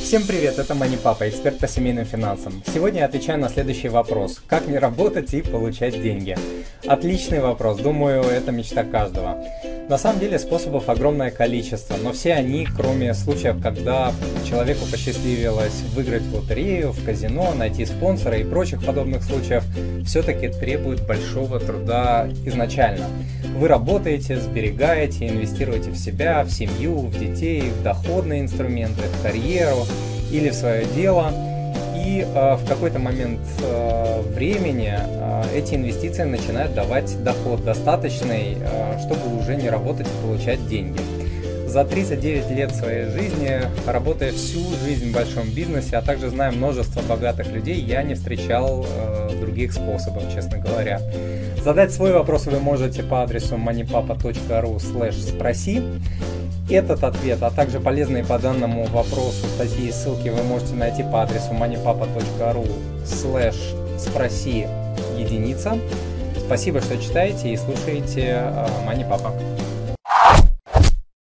Всем привет, это Мани Папа, эксперт по семейным финансам. Сегодня я отвечаю на следующий вопрос. Как не работать и получать деньги? Отличный вопрос, думаю, это мечта каждого. На самом деле способов огромное количество, но все они, кроме случаев, когда человеку посчастливилось выиграть в лотерею, в казино, найти спонсора и прочих подобных случаев, все-таки требуют большого труда изначально. Вы работаете, сберегаете, инвестируете в себя, в семью, в детей, в доходные инструменты, в карьеру или в свое дело. И в какой-то момент времени эти инвестиции начинают давать доход достаточный, чтобы уже не работать и получать деньги. За 39 лет своей жизни, работая всю жизнь в большом бизнесе, а также зная множество богатых людей, я не встречал других способов, честно говоря. Задать свой вопрос вы можете по адресу moneypapa.ru/спроси. Этот ответ, а также полезные по данному вопросу статьи и ссылки вы можете найти по адресу moneypapa.ru/спроси единица. Спасибо, что читаете и слушаете Money Papa.